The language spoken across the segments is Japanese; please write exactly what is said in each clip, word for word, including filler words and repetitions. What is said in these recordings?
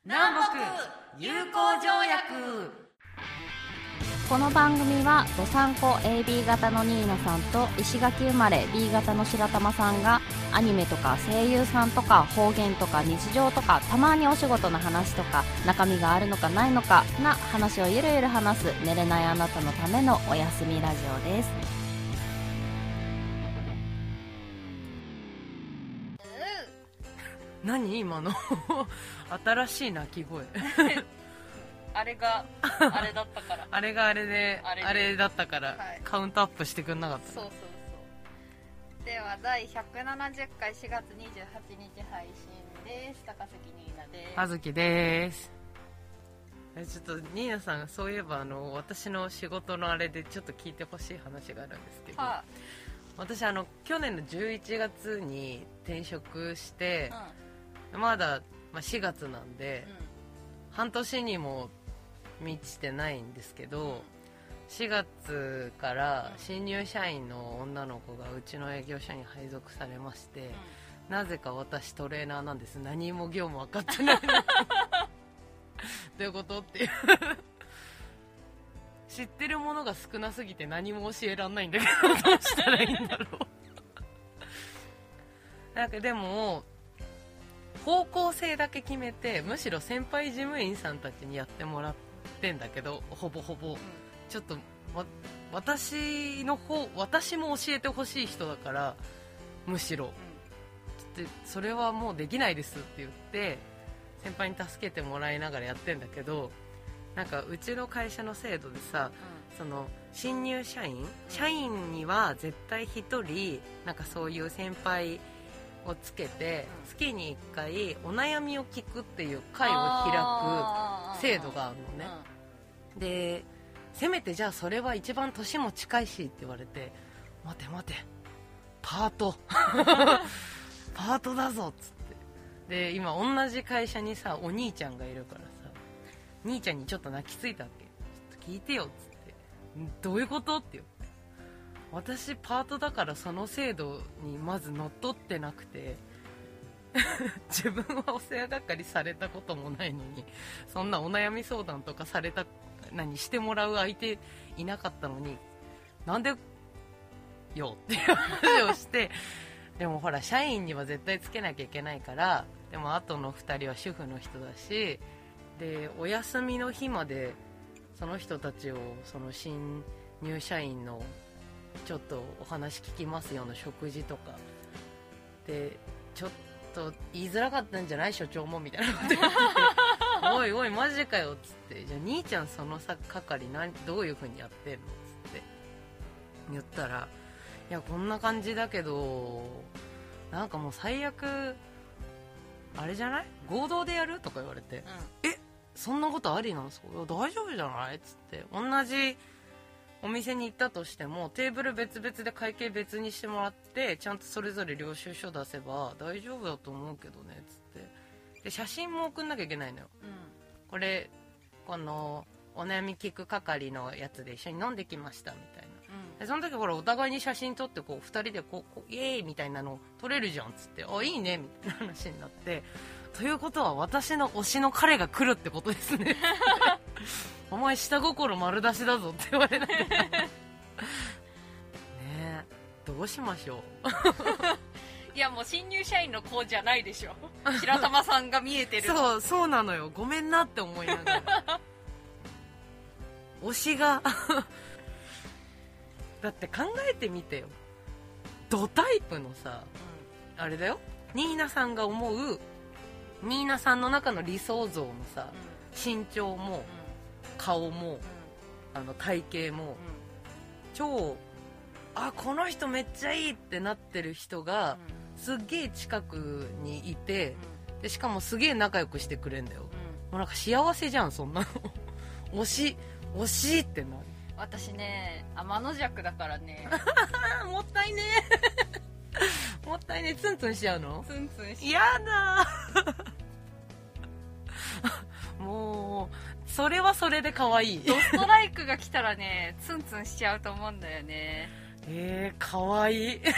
南北友好条約。 この番組はどさんこ エービー 型のニーナさんと石垣生まれ ビー 型の白玉さんがアニメとか声優さんとか方言とか日常とかたまにお仕事の話とか中身があるのかないのかな話をゆるゆる話す寝れないあなたのためのおやすみラジオです。 何今の新しい鳴き声あれがあれだったからあれがあれであれであれだったから、はい、カウントアップしてくんなかった、ね、 そうそうそう。ではだいひゃくななじゅっかいしがつにじゅうはちにち配信です。高崎ニーナです。 あずきです。えちょっとニーナさんそういえばあの私の仕事のあれでちょっと聞いてほしい話があるんですけど、はあ、私あの去年のじゅういちがつに転職して、うん、まだ、まあ、しがつなんで、うん、半年にも満ちてないんですけど、うん、しがつから新入社員の女の子がうちの営業所に配属されまして、うん、なぜか私トレーナーなんです。何も業務分かってないどういうことっていう知ってるものが少なすぎて何も教えらんないんだけどどうしたらいいんだろうなんかでも方向性だけ決めてむしろ先輩事務員さんたちにやってもらってんだけどほぼほぼ、うん、ちょっとわ私の方私も教えてほしい人だからむしろ、うん、ちょっとそれはもうできないですって言って先輩に助けてもらいながらやってんだけどなんかうちの会社の制度でさ、うん、その新入社員社員には絶対ひとりなんかそういう先輩をつけて、うん、月にいっかいお悩みを聞くっていう会を開く制度があるのね、うん、でせめてじゃあそれは一番年も近いしって言われて待て待てパートパートだぞっつってで今同じ会社にさお兄ちゃんがいるからさ兄ちゃんにちょっと泣きついたわけ。ちょっと聞いてよっつってどういうことって言って私パートだからその制度にまずのっとってなくて自分はお世話係されたこともないのにそんなお悩み相談とかされた何してもらう相手いなかったのになんでよっていう話をしてでもほら社員には絶対つけなきゃいけないからでもあとのふたりは主婦の人だしでお休みの日までその人たちをその新入社員のちょっとお話聞きますよの食事とかでちょっと言いづらかったんじゃない所長もみたいなこと言っておいおいマジかよっつってじゃあ兄ちゃんそのさ係何どういう風にやってんのっつって言ったらいやこんな感じだけどなんかもう最悪あれじゃない合同でやるとか言われて、うん、えそんなことありなんですか大丈夫じゃないっつって同じお店に行ったとしてもテーブル別々で会計別にしてもらってちゃんとそれぞれ領収書出せば大丈夫だと思うけどねっつってで写真も送んなきゃいけないのよ、うん、これこのお悩み聞く係のやつで一緒に飲んできましたみたいな、うん、でその時ほらお互いに写真撮ってこうふたりでこう、こうイエーイみたいなの撮れるじゃんっつってあいいねみたいな話になってということは私の推しの彼が来るってことですねお前下心丸出しだぞって言われなきゃねえどうしましょういやもう新入社員の子じゃないでしょ白玉さんが見えてるそうそうなのよごめんなって思いながら推しがだって考えてみてよドタイプのさ、うん、あれだよニーナさんが思うニーナさんの中の理想像のさ、うん、身長も、うん、顔も、うん、あの体型も、うん、超あこの人めっちゃいいってなってる人が、うん、すっげえ近くにいて、うん、でしかもすげえ仲良くしてくれんだよ、うん、もうなんか幸せじゃんそんなの推し推しってなる私ね天の弱だからねもったいねもったいねツンツンしちゃうのツンツンしちゃうやだもうそれはそれで可愛いドストライクが来たらねツンツンしちゃうと思うんだよねえー、可愛いえー、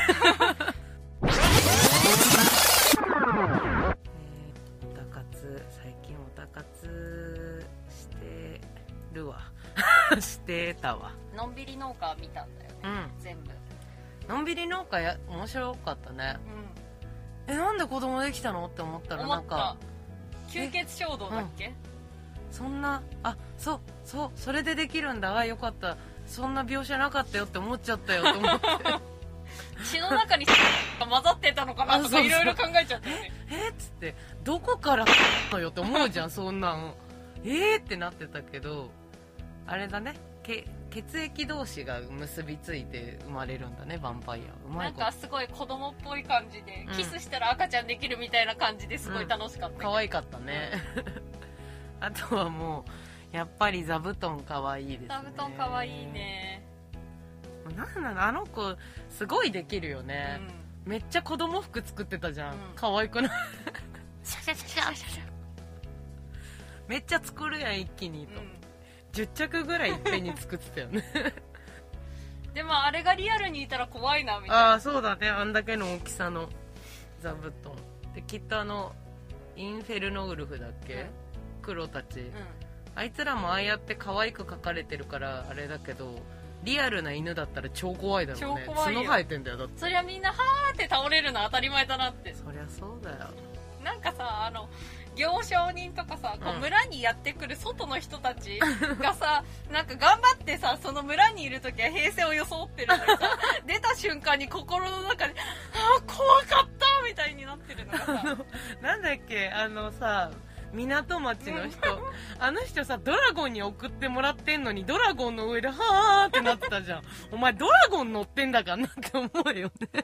ダカツ最近タ活してるわしてたわ。 のんびり農家見たんだよね、うん、全部。 のんびり農家や面白かったね、うん、えなんで子供できたのって思ったらなんか吸血衝動だっけ、うん、 そんなあそうそうそれでできるんだ、あよかった、そんな描写なかったよって思っちゃったよと思って血の中に混ざってたのかなとかいろいろ考えちゃってねええっつってどこからのよって思うじゃんそんなんえーってなってたけど、あれだね、け血液同士が結びついて生まれるんだね、ヴァンパイア。うまいこと。 なんかすごい子供っぽい感じで、うん、キスしたら赤ちゃんできるみたいな感じですごい楽しかった、うん、 可愛かったねあとはもうやっぱり座布団可愛いですね。 座布団可愛いね。 なんなのあの子すごいできるよね、うん、めっちゃ子供服作ってたじゃん、うん、可愛くないシャシャシャシャシャめっちゃ作るやん一気にと、うん、じゅっ着ぐらいいっぺんに作ってたよねでもあれがリアルにいたら怖いなみたいな。 ああそうだね、あんだけの大きさの座布団で、きっとあのインフェルノウルフだっけ、うん、黒たち、うん、あいつらもああやって可愛く描かれてるからあれだけど、リアルな犬だったら超怖いだろうね。 超怖いよ。 角生えてんだよだって。 そりゃみんなはーって倒れるの当たり前だなって。 そりゃそうだよ。 なんかさ、あの行商人とかさ、こう村にやってくる外の人たちがさ、うん、なんか頑張ってさ、その村にいるときは平静を装ってるのにさ出た瞬間に心の中であー怖かったみたいになってるのがさなんだっけ、あのさ港町の人あの人さドラゴンに送ってもらってんのにドラゴンの上ではーってなってたじゃんお前ドラゴン乗ってんだからなって思うよね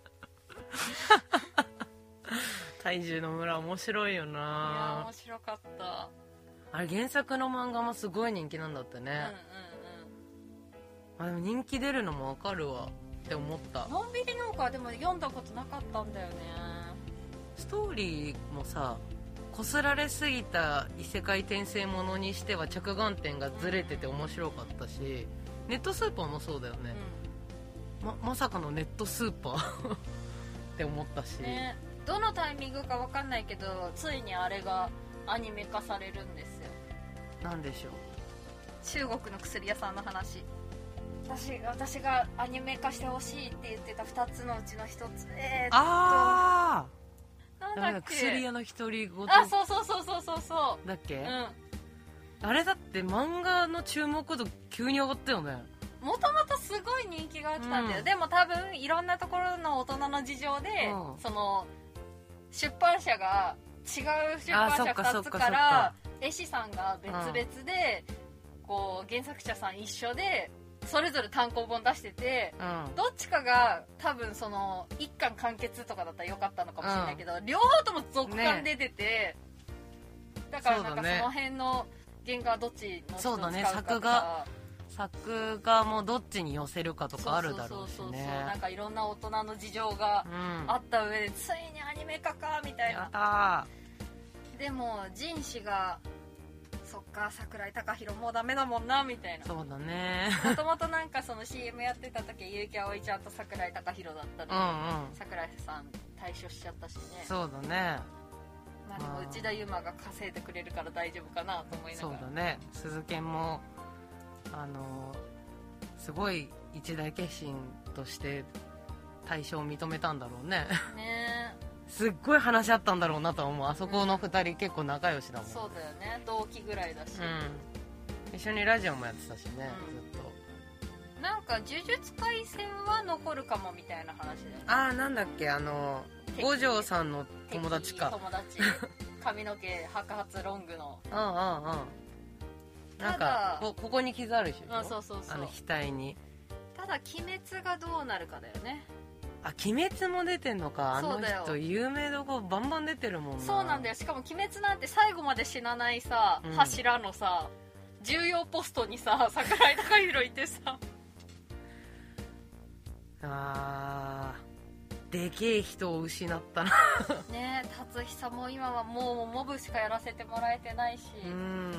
怪獣の村面白いよな。いや面白かった。 あれ原作の漫画もすごい人気なんだってね、うんうんうん、あでも人気出るのも分かるわって思った。 のんびり農家はでも読んだことなかったんだよね。 ストーリーもさこすられすぎた異世界転生ものにしては着眼点がずれてて面白かったし、ネットスーパーもそうだよね、うん、ま, まさかのネットスーパーって思ったし、 ね、どのタイミングか分かんないけどついにあれがアニメ化されるんですよ。 なんでしょう。中国の薬屋さんの話。私, 私がアニメ化してほしいって言ってたふたつのうちのひとつ、えー、っとあーなんだっけ、 薬屋の独り言。 あ、そうそうそうそうそうそうだっけ、 うん、 あれだって漫画の注目度急に上がったよね。 もともとすごい人気があったんだよ、うん、でも多分いろんなところの大人の事情で、うん、その出版社が違う出版社ふたつから絵師さんが別々で、うん、こう原作者さん一緒でそれぞれ単行本出してて、うん、どっちかが多分その一巻完結とかだったらよかったのかもしれないけど、うん、両方とも続巻で出てて、ね、だからなんかその辺の原画どっちの人を使うかとか、そうだね、作画作画もどっちに寄せるかとかあるだろうしね。 なんかいろんな大人の事情があった上で、うん、ついにアニメ化かみたいな。 やったー。でもジン氏がそっか桜井貴弘もうダメだもんなみたいな。 そうだね。 もともとなんかその シーエム やってた時結城葵ちゃんと桜井貴弘だったのに、うんうん、桜井さん退所しちゃったしね。 そうだね。 まあでも内田悠馬が稼いでくれるから大丈夫かなと思いながら。 そうだね。鈴研もあのすごい一大決心として退所を認めたんだろうね。ねすっごい話し合ったんだろうなと思う。あそこのふたり結構仲良しだもん、うん、 そうだよね。同期ぐらいだし、 うん、一緒にラジオもやってたしね、うん、ずっと。なんか呪術廻戦は残るかもみたいな話で、ね、 ああなんだっけ、あの五条さんの友達か。 友達髪の毛白髪ロングのうんうんうんなんか こ, ここに傷あるでしょ。 あ、そうそうそう、 あの額に。 ただ鬼滅がどうなるかだよね。 あ、鬼滅も出てんのか。あの人有名どこバンバン出てるもんな。 そうなんだよ。しかも鬼滅なんて最後まで死なないさ、うん、柱のさ重要ポストにさ桜井貴弘いてさあーでけえ人を失ったなねえ。達久も今はもうモブしかやらせてもらえてないし、うん、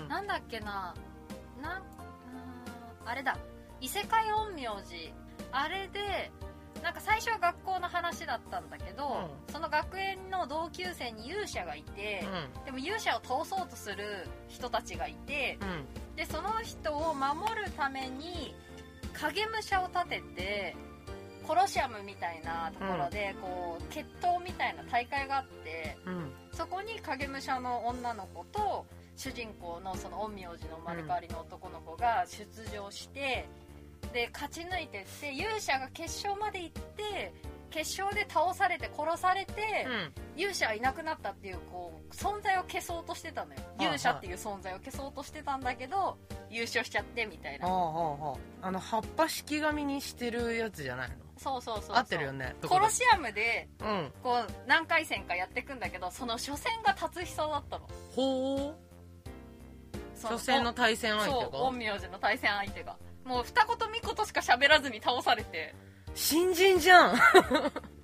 なんだっけななんあれだ異世界陰陽師あれでなんか最初は学校の話だったんだけど、うん、その学園の同級生に勇者がいて、うん、でも勇者を倒そうとする人たちがいて、うん、でその人を守るために影武者を立ててコロシアムみたいなところで、うん、こう決闘みたいな大会があって、うん、そこに影武者の女の子と主人公のその陰陽師の生まれ変わりの男の子が出場して、うん、で勝ち抜いてって勇者が決勝まで行って決勝で倒されて殺されて、うん、勇者はいなくなったっていう、こう存在を消そうとしてたのよ。勇者っていう存在を消そうとしてたんだけど優勝しちゃってみたいな。ああああの葉っぱ式紙にしてるやつじゃないの？ そうそうそうそう、 合ってるよね。 コロシアムで、うん、こう何回戦かやっていくんだけど、その初戦が達久だったの。 ほう。初戦の対戦相手が、 そう陰陽師の対戦相手がもう二言三言しか喋らずに倒されて、 新人じゃん達久そん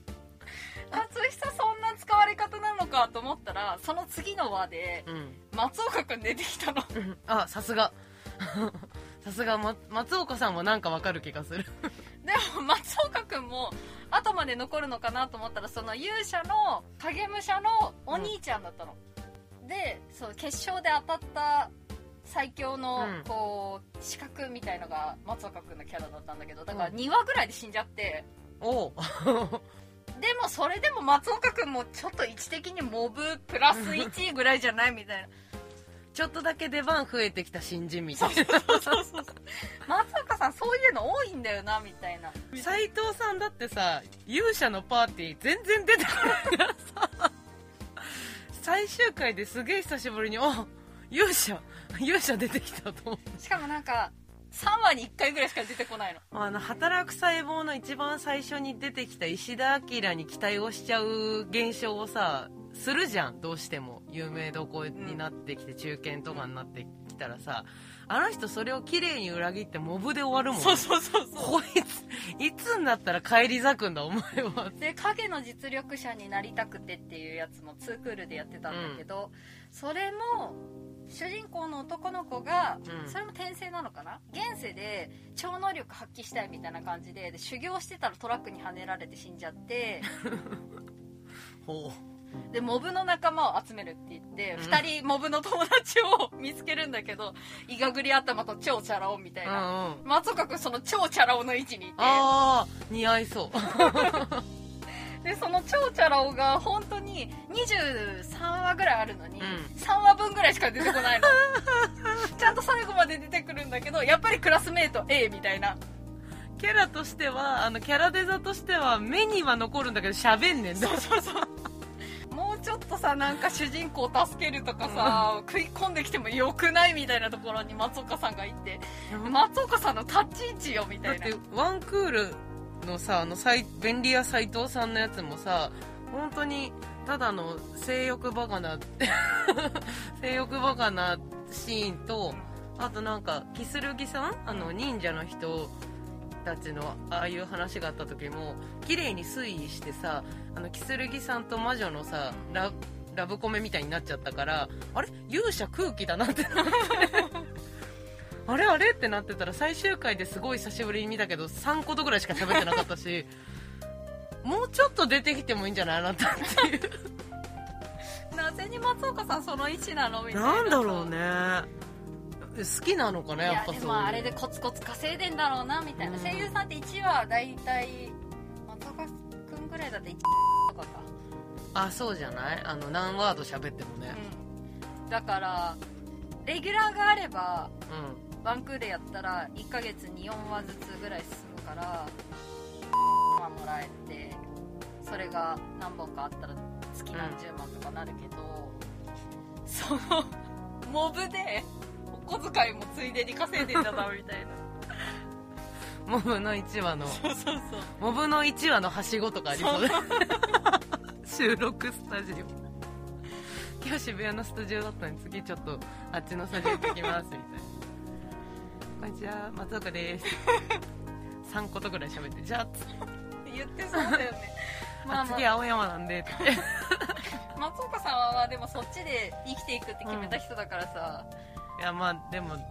な使われ方なのかと思ったら、その次の輪で、うん、松岡くん出てきたのあ、さすがさすが、ま、松岡さんもなんかわかる気がするでも松岡くんも後まで残るのかなと思ったら、その勇者の影武者のお兄ちゃんだったの、うん、でそう決勝で当たった最強のこう、うん、資格みたいのが松岡くんのキャラだったんだけど、だからにわぐらいで死んじゃって、うん、おでもそれでも松岡くんもちょっと位置的にモブプラスいちぐらいじゃないみたいなちょっとだけ出番増えてきた新人みたいな。 そうそうそうそう松岡さんそういうの多いんだよなみたいな。 斉藤さんだってさ、勇者のパーティー全然出てこないからさ最終回ですげえ久しぶりにあ勇者勇者出てきたと思って。 しかもなんかさんわにいっかいぐらいしか出てこないの。 あの働く細胞の一番最初に出てきた石田明に期待をしちゃう現象をさするじゃん。どうしても有名どこになってきて、うん、中堅とかになってきたらさ、あの人それを綺麗に裏切ってモブで終わるもん。 そうそうそうそう。 こいついつになったら返り咲くんだお前は。 で影の実力者になりたくてっていうやつもツークールでやってたんだけど、うん、それも主人公の男の子が、うん、それも転生なのかな、現世で超能力発揮したいみたいな感じ で, で修行してたらトラックにはねられて死んじゃってほうでモブの仲間を集めるって言って、うん、ふたりモブの友達を見つけるんだけど、イガグリ頭と超チャラ男みたいな、うんうん、松岡君その超チャラ男の位置にいて、 あー似合いそうでその超チャラ男が本当ににじゅうさんわぐらいあるのに、うん、さんわぶんぐらいしか出てこないのちゃんと最後まで出てくるんだけど、やっぱりクラスメート A みたいなキャラとしては、あのキャラデザとしては目には残るんだけど喋んねんだ。 そうそうそうもうちょっとさ、なんか主人公を助けるとかさ、うん、食い込んできてもよくないみたいなところに松岡さんがいて、うん、松岡さんの立ち位置よみたいな。 だってワンクールのさ、あの便利屋斉藤さんのやつもさ、本当にただの性欲バカな性欲バカなシーンと、あとなんかキスルギさん、あの忍者の人たちのああいう話があった時も綺麗に推移してさ、あのキスルギさんと魔女のさ ラ, ラブコメみたいになっちゃったから、あれ勇者空気だなってなってあれあれってなってたら、最終回ですごい久しぶりに見たけどさんことぐらいしか喋ってなかったしもうちょっと出てきてもいいんじゃないあなたっていうなぜに松岡さんその位置なのみたいな。 なんだろうね、好きなのかなやっぱそういう。いやでもあれでコツコツ稼いでんだろうなみたいな、うん、声優さんっていちわだいたい松岡くんぐらいだっていちとかか。 あ、そうじゃない、あの何ワード喋ってもね、 うん、だからレギュラーがあれば、うん、ワンクールやったらいっかげつによんわずつぐらい進むからもらえて、それが何本かあったら月何十万とかなるけど、うん、そのモブでお小遣いもついでに稼いでんだなみたいなモブのいちわのそうそうそうモブのいちわのはしごとかありそうね収録スタジオ今日渋谷のスタジオだったのに次ちょっとあっちのスタジオ行ってきますみたいなこんにちは松岡ですさんことぐらい喋ってじゃあ言ってそうだよねまあ、まあ、次青山なんでって松岡さんはでもそっちで生きていくって決めた人だからさ、 うん、いやまあでも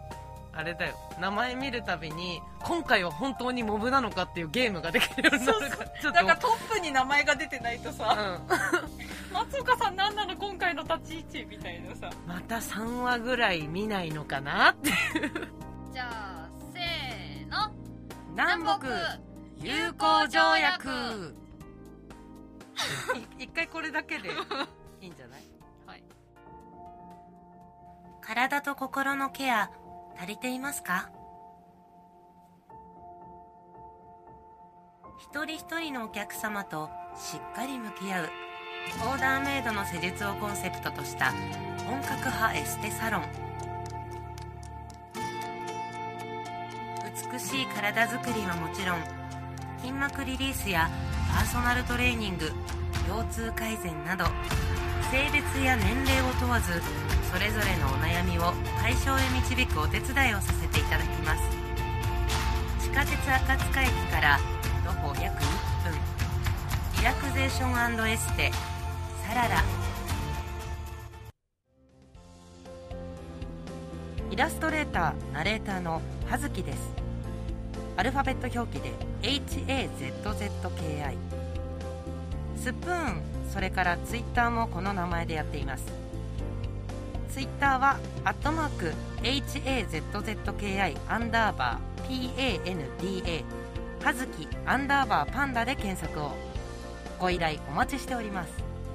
あれだよ、名前見るたびに今回は本当にモブなのかっていうゲームができるようになるから、ちょっとなんかトップに名前が出てないとさ、 うん、 松岡さん何なの今回の立ち位置みたいなさ。 またさんわぐらい見ないのかなっていうじゃあせーの、 南北友好条約い一回これだけでいいんじゃない？ はい。 体と心のケア足りていますか？一人一人のお客様としっかり向き合うオーダーメイドの施術をコンセプトとした本格派エステサロン。美しい体づくりはもちろん、筋膜リリースやパーソナルトレーニング、腰痛改善など性別や年齢を問わず、それぞれのお悩みを解消へ導くお手伝いをさせていただきます。地下鉄赤塚駅から徒歩約いっぷん、リラクゼーション&エステサララ。イラストレーターナレーターの葉月です。アルファベット表記で エイチエーゼットゼットケーアイ。 スプーン、それからツイッターもこの名前でやっています。ツイッターはアットマーク エイチエーゼットゼットケーアイ アンダーバー ピーエーエヌディーエー はずきアンダーバーパンダで検索を。ご依頼お待ちしております。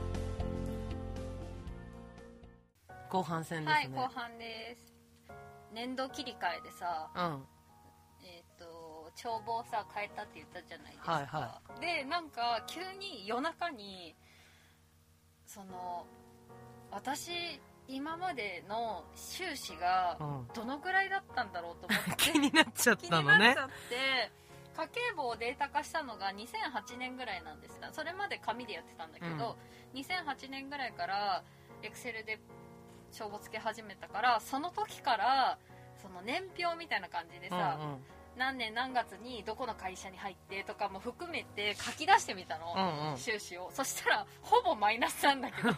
後半戦ですね。 はい、後半です。年度切り替えでさ、 うん、 えっ、ー、と帳簿をさ変えたって言ったじゃないですか、 はいはい、でなんか急に夜中にその私今までの収支がどのぐらいだったんだろうと思って、うん、 気になっちゃったのね。 気になっちゃって家計簿をデータ化したのがにせんはちねんぐらいなんですが、それまで紙でやってたんだけど、うん、にせんはちねんぐらいからエクセルで帳簿つけ始めたから、その時からその年表みたいな感じでさ、うんうん、何年何月にどこの会社に入ってとかも含めて書き出してみたの、うんうん、収支を。そしたらほぼマイナスなんだけど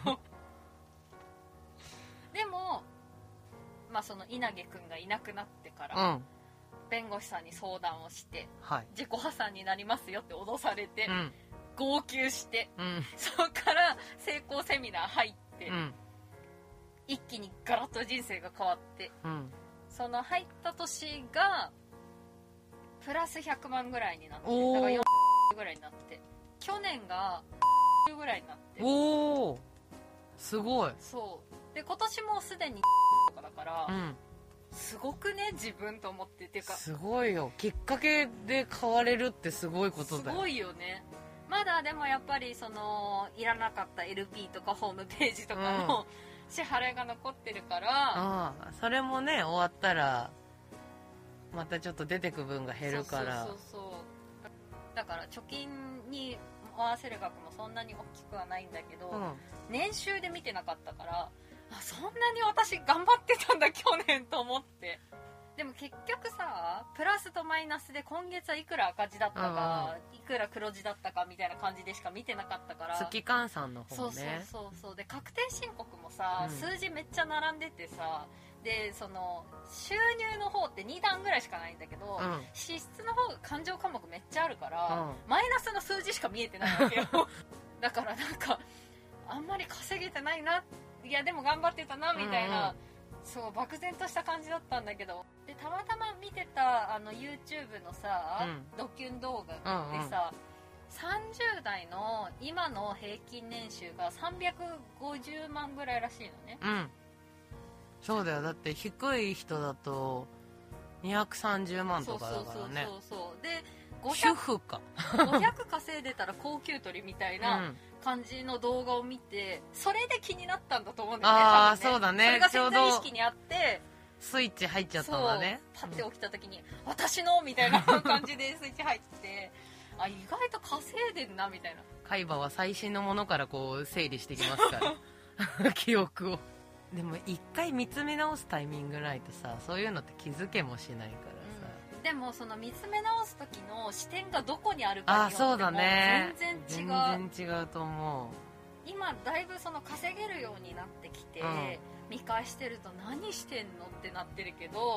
でも、まあ、その稲毛くんがいなくなってから、うん、弁護士さんに相談をして、はい、自己破産になりますよって脅されて、うん、号泣して、うん、そこから成功セミナー入って、うん、一気にガラッと人生が変わって、うん、その入った年がプラスひゃくまんぐらいになって、だからよんぐらいになって、去年がぐらいになって、 おーすごい。 そうで今年もすでにとかだから、うん、すごくね自分と思って。っていうかすごいよ、きっかけで変われるってすごいことだよ。 すごいよね。まだでもやっぱりそのいらなかった エルピー とかホームページとかの、うん、支払いが残ってるから、 ああそれもね終わったらまたちょっと出てく分が減るから。そうそうそうそう。 だから貯金に合わせる額もそんなに大きくはないんだけど、うん、年収で見てなかったから、あそんなに私頑張ってたんだ去年と思って。でも結局さプラスとマイナスで今月はいくら赤字だったか、うん、いくら黒字だったかみたいな感じでしか見てなかったから。 月換算の方ね。 そうそうそうそうで確定申告もさ、うん、数字めっちゃ並んでてさ、でその収入の方ってに段ぐらいしかないんだけど、うん、支出の方が勘定科目めっちゃあるから、うん、マイナスの数字しか見えてないわけよだからなんかあんまり稼げてないな、いやでも頑張ってたなみたいな、うんうん、そう漠然とした感じだったんだけど、でたまたま見てたあの YouTube のさ、うん、ドキュン動画でさ、うんうん、さんじゅう代の今の平均年収がさんびゃくごじゅうまんぐらいらしいのね。うん、 そうだよ。だって低い人だとにひゃくさんじゅうまんとかだからね。 そうそうそうそう。でごひゃく主婦かごひゃく稼いでたら高級取りみたいな感じの動画を見て、それで気になったんだと思うんだよね。 ああ、 ね、 そうだね。 それが潜在意識にあってスイッチ入っちゃったんだね。 パッて起きた時に、うん、私のみたいな感じでスイッチ入ってあ意外と稼いでんなみたいな。 海馬は最新のものからこう整理してきますから記憶を。でも一回見つめ直すタイミングないとさ、そういうのって気づけもしないからさ、 うん、でもその見つめ直す時の視点がどこにあるかによっても全然違う。 全然違うと思う。 今だいぶその稼げるようになってきて、うん、見返してると何してんのってなってるけど、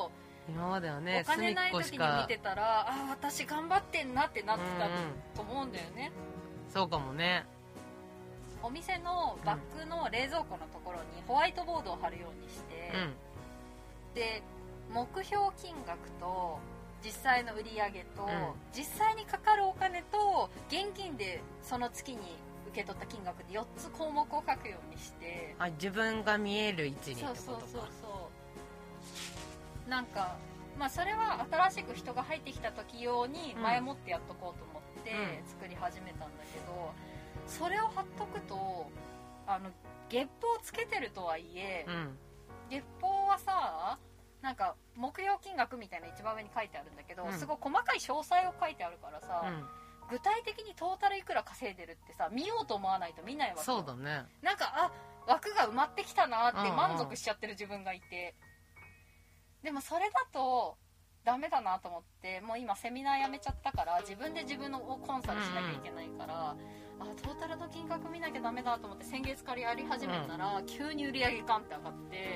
今まではねお金ない時に隅っこしか見てたら、ああ私頑張ってんなってなってたと思うんだよね、 うん、そうかもね。 お店のバックの冷蔵庫のところにホワイトボードを貼るようにして、 うんで目標金額と実際の売り上げと、 うん実際にかかるお金と現金でその月に受け取った金額でよっつ項目を書くようにして、 あ、自分が見える位置にってことか。 そうそうそうそうなんかまあそれは新しく人が入ってきた時用に前もってやっとこうと思って作り始めたんだけど、それを貼っとくとあの月報つけてるとはいえ、 うん月報はさなんか目標金額みたいな一番上に書いてあるんだけど、 うんすごい細かい詳細を書いてあるからさ、 うん、 具体的にトータルいくら稼いでるってさ見ようと思わないと見ないわけ。 そうだね。 なんかあ枠が埋まってきたなって満足しちゃってる自分がいて、でもそれだとダメだなと思って、もう今セミナーやめちゃったから自分で自分のをコンサルしなきゃいけないから、うんうん、あトータルの金額見なきゃダメだと思って先月からやり始めたら、うん、急に売り上げガンって上がって、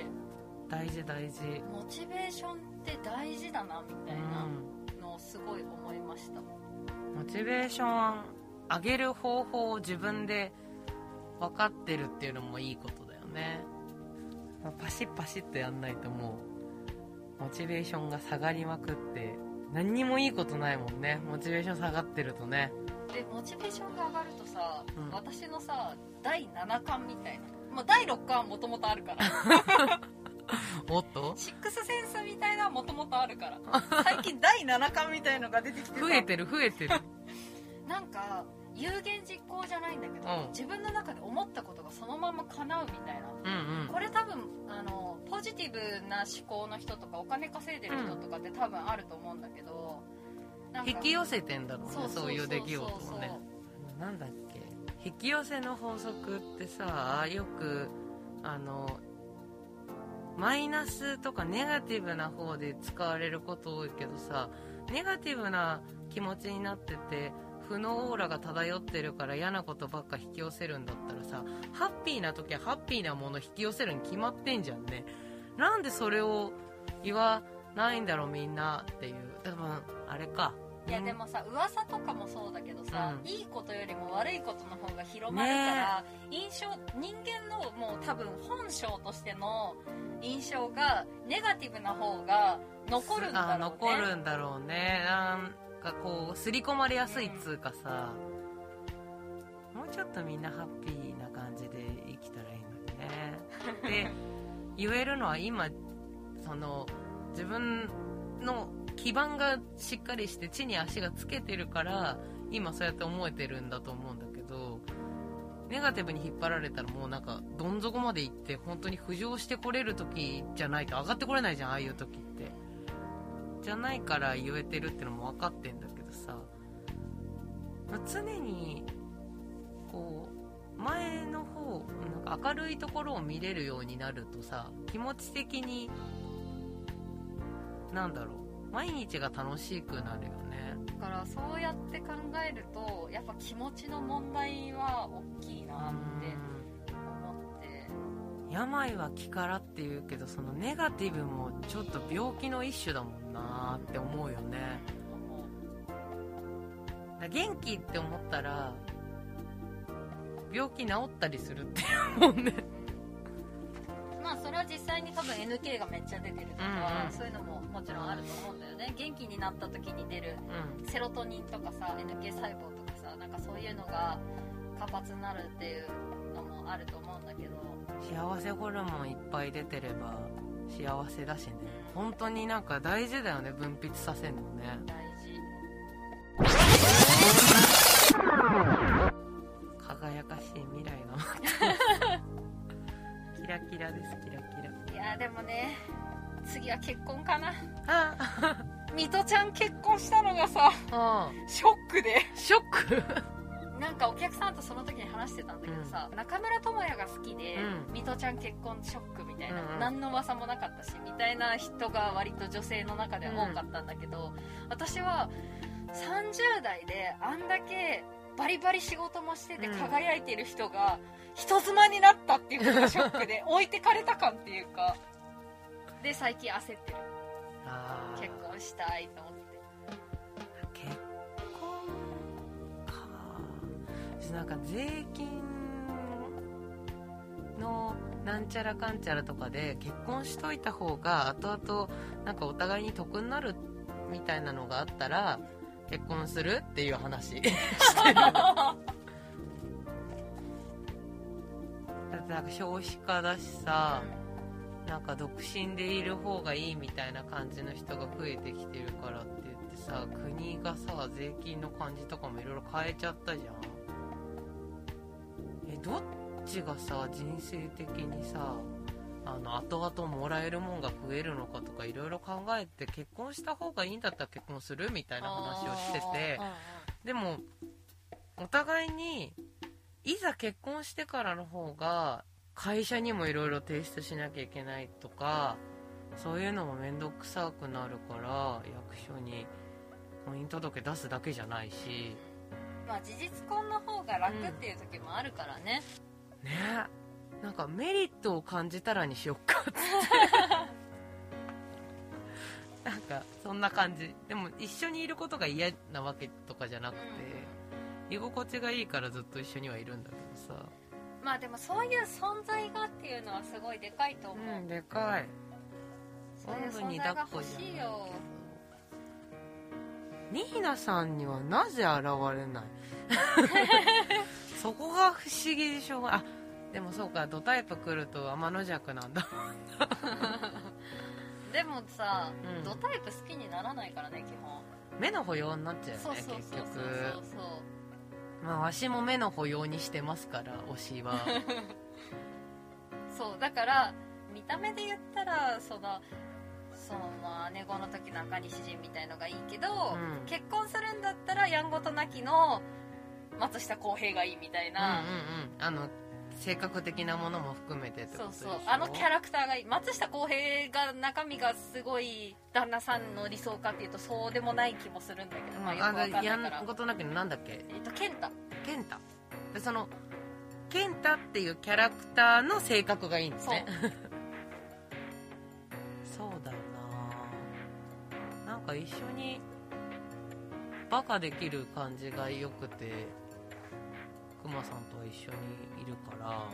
大事大事、 モチベーションって大事だなみたいなのをすごい思いました、 うん、モチベーション上げる方法を自分で分かってるっていうのもいいことだよね。パシッパシッとやんないともうモチベーションが下がりまくって何にもいいことないもんね。モチベーション下がってるとね。 でモチベーションが上がるとさ、 うん、 私のさだいななかんみたいな、まあ、だいろっかんはもともとあるからおっとシックスセンスみたいなのはもともとあるから最近だいななかんみたいのが出てきて増えてる増えてるなんか有言実行じゃないんだけど、 うん、 自分の中で思ったことがそのまま叶うみたいな、 うんうん、 これ多分あのポジティブな思考の人とかお金稼いでる人とかって多分あると思うんだけど、うん、なんか引き寄せてんだろうね、 そうそうそうそうそういう出来事をね。なんだっけ、引き寄せの法則ってさ、よくあのマイナスとかネガティブな方で使われること多いけどさ、ネガティブな気持ちになってて負のオーラが漂ってるから嫌なことばっか引き寄せるんだったらさ、ハッピーな時はハッピーなもの引き寄せるに決まってんじゃんね。なんでそれを言わないんだろうみんなっていう。多分あれか。 いやでもさ、噂とかもそうだけどさ、うん、いいことよりも悪いことの方が広まるから、ね、印象人間のもう多分本性としての印象がネガティブな方が残るんだろうね。 残るんだろうね。なんかこう刷り込まれやすいっつうかさ、うん、もうちょっとみんなハッピーな感じで生きたらいいのにねで言えるのは今その自分の基盤がしっかりして地に足がつけてるから今そうやって思えてるんだと思うんだけど、ネガティブに引っ張られたらもうなんかどん底まで行って本当に浮上してこれる時じゃないと上がってこれないじゃん、ああいう時ってじゃないから言えてるってのも分かってんだけどさ、まあ、常にこう前の方なんか明るいところを見れるようになるとさ、気持ち的になんだろう毎日が楽しくなるよね。 だからそうやって考えるとやっぱ気持ちの問題は大きいなって思って、 病は気からって言うけどそのネガティブもちょっと病気の一種だもんなって思うよね。だ元気って思ったら病気治ったりするっていうもんねまあそれは実際に多分 エヌケー がめっちゃ出てるとか、うんうん、そういうのももちろんあると思うんだよね。元気になった時に出るセロトニンとかさ、 エヌケー 細胞とかさ、なんかそういうのが活発になるっていうのもあると思うんだけど、 幸せホルモンいっぱい出てれば幸せだしね、うん、本当になんか大事だよね、分泌させるのね。 大事。 輝かしい未来が待ってキラキラです、キラキラ。 いやでもね、次は結婚かな。 あミトちゃん結婚したのがさ、ショックでショックなんかお客さんとその時に話してたんだけどさ、うん、中村倫也が好きで、うん、ミトちゃん結婚ショックみたいな、うんうん、何の噂もなかったしみたいな人が割と女性の中では多かったんだけど、うん、私はさんじゅう代であんだけバリバリ仕事もしてて輝いてる人が人妻になったっていうのがショックで置いてかれた感っていうかで最近焦ってる。 あ結婚したいと思って。 結婚か。なんか税金のなんちゃらかんちゃらとかで結婚しといた方が後々なんかお互いに得になるみたいなのがあったら結婚するっていう話してる。だってなんか少子化だしさ、なんか独身でいる方がいいみたいな感じの人が増えてきてるからって言ってさ、国がさ税金の感じとかもいろいろ変えちゃったじゃん。えどっちがさ人生的にさあの後々もらえるもんが増えるのかとかいろいろ考えて、結婚した方がいいんだったら結婚するみたいな話をしてて、でもお互いにいざ結婚してからの方が会社にもいろいろ提出しなきゃいけないとか、そういうのも面倒くさくなるから役所に婚姻届出すだけじゃないし、 まあ事実婚の方が楽っていう時もあるからね、 うん、ねえ、なんかメリットを感じたらにしよっかってなんかそんな感じ。でも一緒にいることが嫌なわけとかじゃなくて、うん、居心地がいいからずっと一緒にはいるんだけどさ。 まあでもそういう存在がっていうのはすごいでかいと思う。 うん、でかい。 そういう存在が欲しいよ。 ニーナさんにはなぜ現れないそこが不思議でしょうが。あ、でもそうか、ドタイプ来ると天の弱なんだでもさ、 うん、 ドタイプ好きにならないからね基本。 目の保養になっちゃうよね。 そうそうそうそうそう、 結局まあわしも目の保養にしてますから推しはそうだから見た目で言ったらそのその姉子の時の赤西仁みたいのがいいけど、うん、結婚するんだったらやんごとなきの松下洸平がいいみたいな、 うんうんうん、あの性格的なものも含めてってことでしょ。 そうそう、あのキャラクターがいい。松下洸平が中身がすごい旦那さんの理想かっていうとそうでもない気もするんだけど、まあ、よくわかんないから。 やんごとなきのなんだっけ、 えっと健太健太で、その健太っていうキャラクターの性格がいいんですね。そうそうだよな。なんか一緒にバカできる感じが良くて、クマさんとは一緒にいるから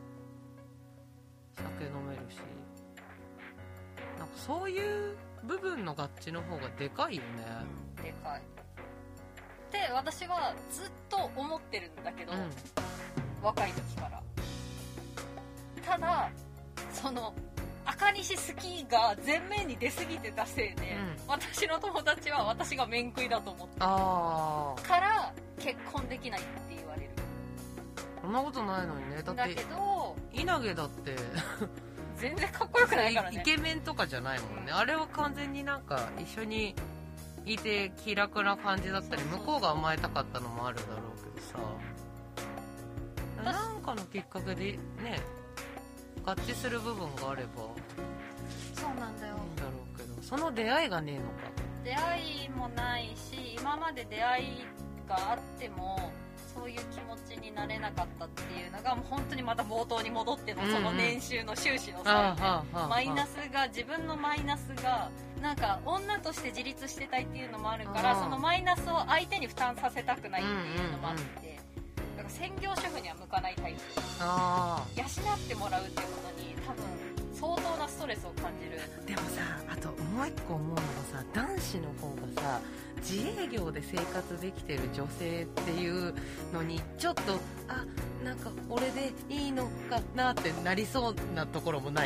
酒飲めるし、なんかそういう部分の合致の方がでかいよね、 うん、でかいって私はずっと思ってるんだけど、うん、若い時から。ただその赤西好きが前面に出過ぎてたせいで、うん、私の友達は私が面食いだと思ってるあから結婚できないって言われる。 そんなことないのにね。だってだけど稲毛だって全然かっこよくないからね。 イケメンとかじゃないもんね、うん、あれは完全になんか一緒にいて気楽な感じだったり、向こうが甘えたかったのもあるだろうけどさ、なんかのきっかけでね合致する部分があればそうなんだよ、 いいんだろうけど、その出会いがねえのか。 出会いもないし、今まで出会いがあってもそういう気持ちになれなかったっていうのがもう本当にまた冒頭に戻っての、うんうん、その年収の収支の差でマイナスが、自分のマイナスがなんか女として自立してたいっていうのもあるから、そのマイナスを相手に負担させたくないっていうのもあって、うんうんうん、だから専業主婦には向かないタイプ。 あ養ってもらうっていうことに多分相当なストレスを感じる。 でもさ、あともう一個思うのがさ、男子の方がさ自営業で生活できてる女性っていうのにちょっとあなんか俺でいいのかなってなりそうなところもない？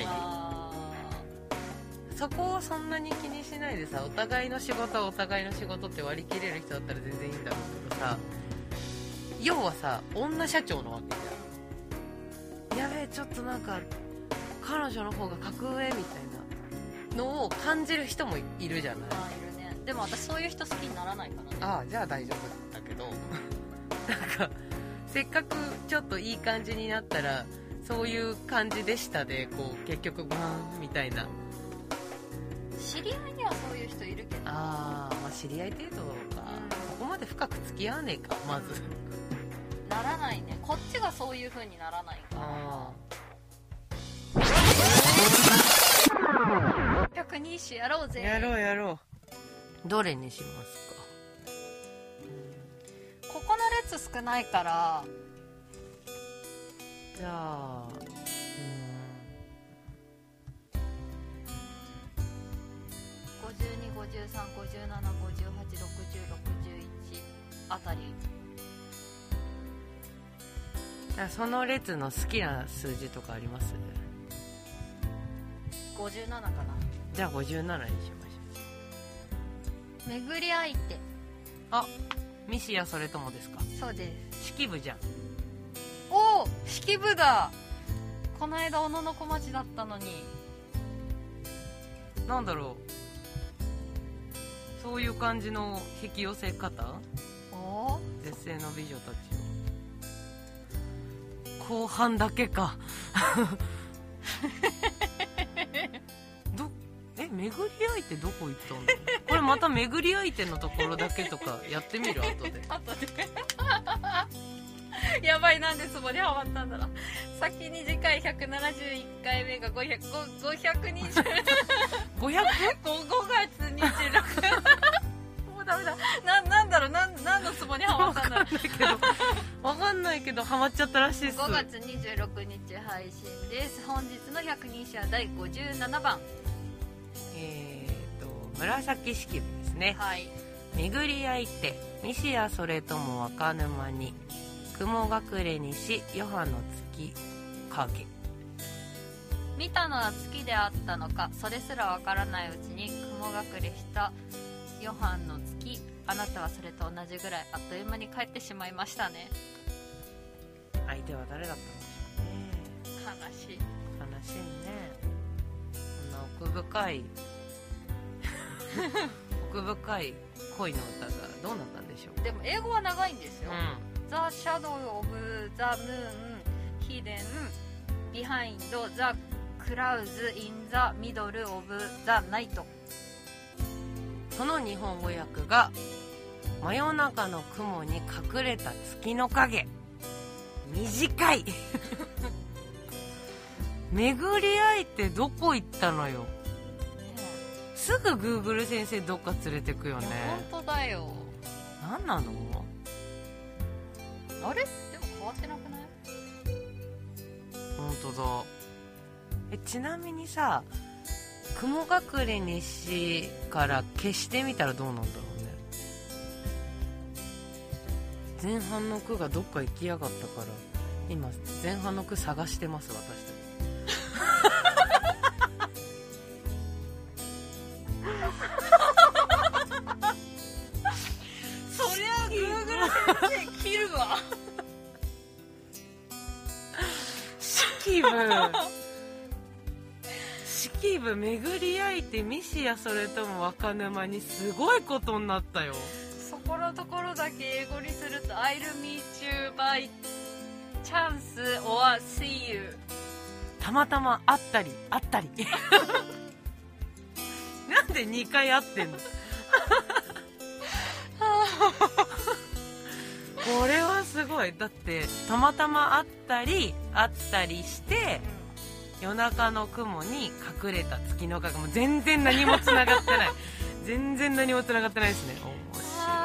そこをそんなに気にしないでさ、お互いの仕事はお互いの仕事って割り切れる人だったら全然いいんだろうけどさ、要はさ女社長のわけじゃん。やべえちょっとなんか彼女の方が格上みたいなのを感じる人もいるじゃない。 あいるね。でも私そういう人好きにならないからね。 ああじゃあ大丈夫だけどなんかせっかくちょっといい感じになったらそういう感じでしたでこう結局バーンみたいな。 知り合いにはそういう人いるけど、 ああまあ知り合い程度か、うん、ここまで深く付き合わねえかまずならないね。こっちがそういう風にならないから。ろっぴゃく百人一首やろうぜ。 やろうやろう。どれにしますか。 ここの列少ないからじゃあ、うん、 ごじゅうに、ごじゅうさん、ごじゅうなな、ごじゅうはち、ろくじゅう、ろくじゅういちあたり。 その列の好きな数字とかあります？ ごじゅうななかな。 じゃあごじゅうななにしましょう。 巡り相手。 あ、ミシヤそれともですか？ そうです。 式部じゃん。 おお、式部だ。この間小野の小町だったのに。 なんだろう、そういう感じの引き寄せ方。 おお、 絶世の美女たちを後半だけかどえ巡り相手どこ行ったんだろう。これまた巡り相手のところだけとかやってみる。後で後でやばい、なんでそこにハマったんだろう。先に次回ひゃくななじゅういっかいめがごひゃく、ごひゃくにじゅうごひゃくごがつにじゅうろくもうダメだ。な、なんだろう、なん、何のツボにハマったんだろう。 わかんないけどハマっちゃったらしいっす。 ごがつにじゅうろくにち配信です。本日の百人一首はだいごじゅうななばん。 えーと紫式部ですね。 はい。 巡り相手、西やそれとも若沼に、雲隠れにし余波の月影。 見たのは月であったのか、それすらわからないうちに雲隠れしたヨハンの月。あなたはそれと同じぐらいあっという間に帰ってしまいましたね。 相手は誰だったんでしょうね。 悲しい。 悲しいね。こんな奥深い奥深い恋の歌がどうなったんでしょう。 でも英語は長いんですよ。 う The Shadow of the Moon Hidden Behind the Clouds in the Middle of the Night。 その日本語訳が真夜中の雲に隠れた月の影。短い巡り相手どこ行ったのよ。すぐ Google 先生どっか連れてくよね。 本当だよ。 何なの。 あれでも変わってなくない？ 本当だ。え、ちなみにさ、雲隠れにしから消してみたらどうなんだろうね。前半の句がどっか行きやがったから今前半の句探してます、私たち。 そりゃ Google 先生切るわ式部式部巡り相手ミシやそれとも若沼にすごいことになったよ。 そこのところだけ英語にすると I'll meet you by chance or see you。 たまたま会ったり会ったりなんでにかい会ってんのこれはすごい。だってたまたま会ったり会ったりして夜中の雲に隠れた月の影。も全然何もつながってない全然何もつながってないですね。面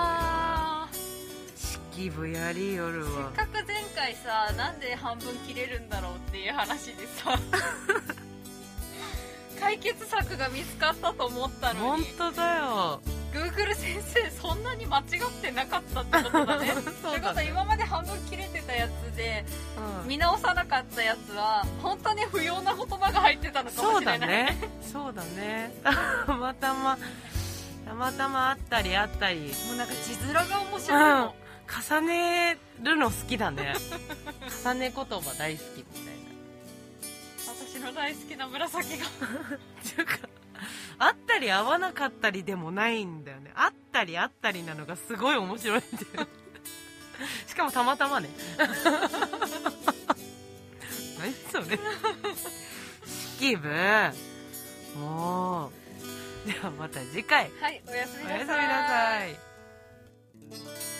白い。式部やりよるわ。 せっかく前回さ、なんで半分切れるんだろうっていう話でさ解決策が見つかったと思ったのに。 本当だよ。 Google 先生そんなに間違ってなかったってことだね。 そうだね。 ってことは今まで半分切れてたやつで、 うん、 見直さなかったやつは本当に不要な言葉が入ってたのかもしれない。 そうだね。そうだね。たまたまたまたまあったりあったり。 もうなんか字面が面白いの、 うん、重ねるの好きだね重ね言葉大好きみたいな。 私の大好きな紫がっていうかあったり合わなかったりでもないんだよね。あったりあったりなのがすごい面白いんだよしかもたまたまね何それ式部もう。ではまた次回。 はい、おやすみなさい。 おやすみなさい。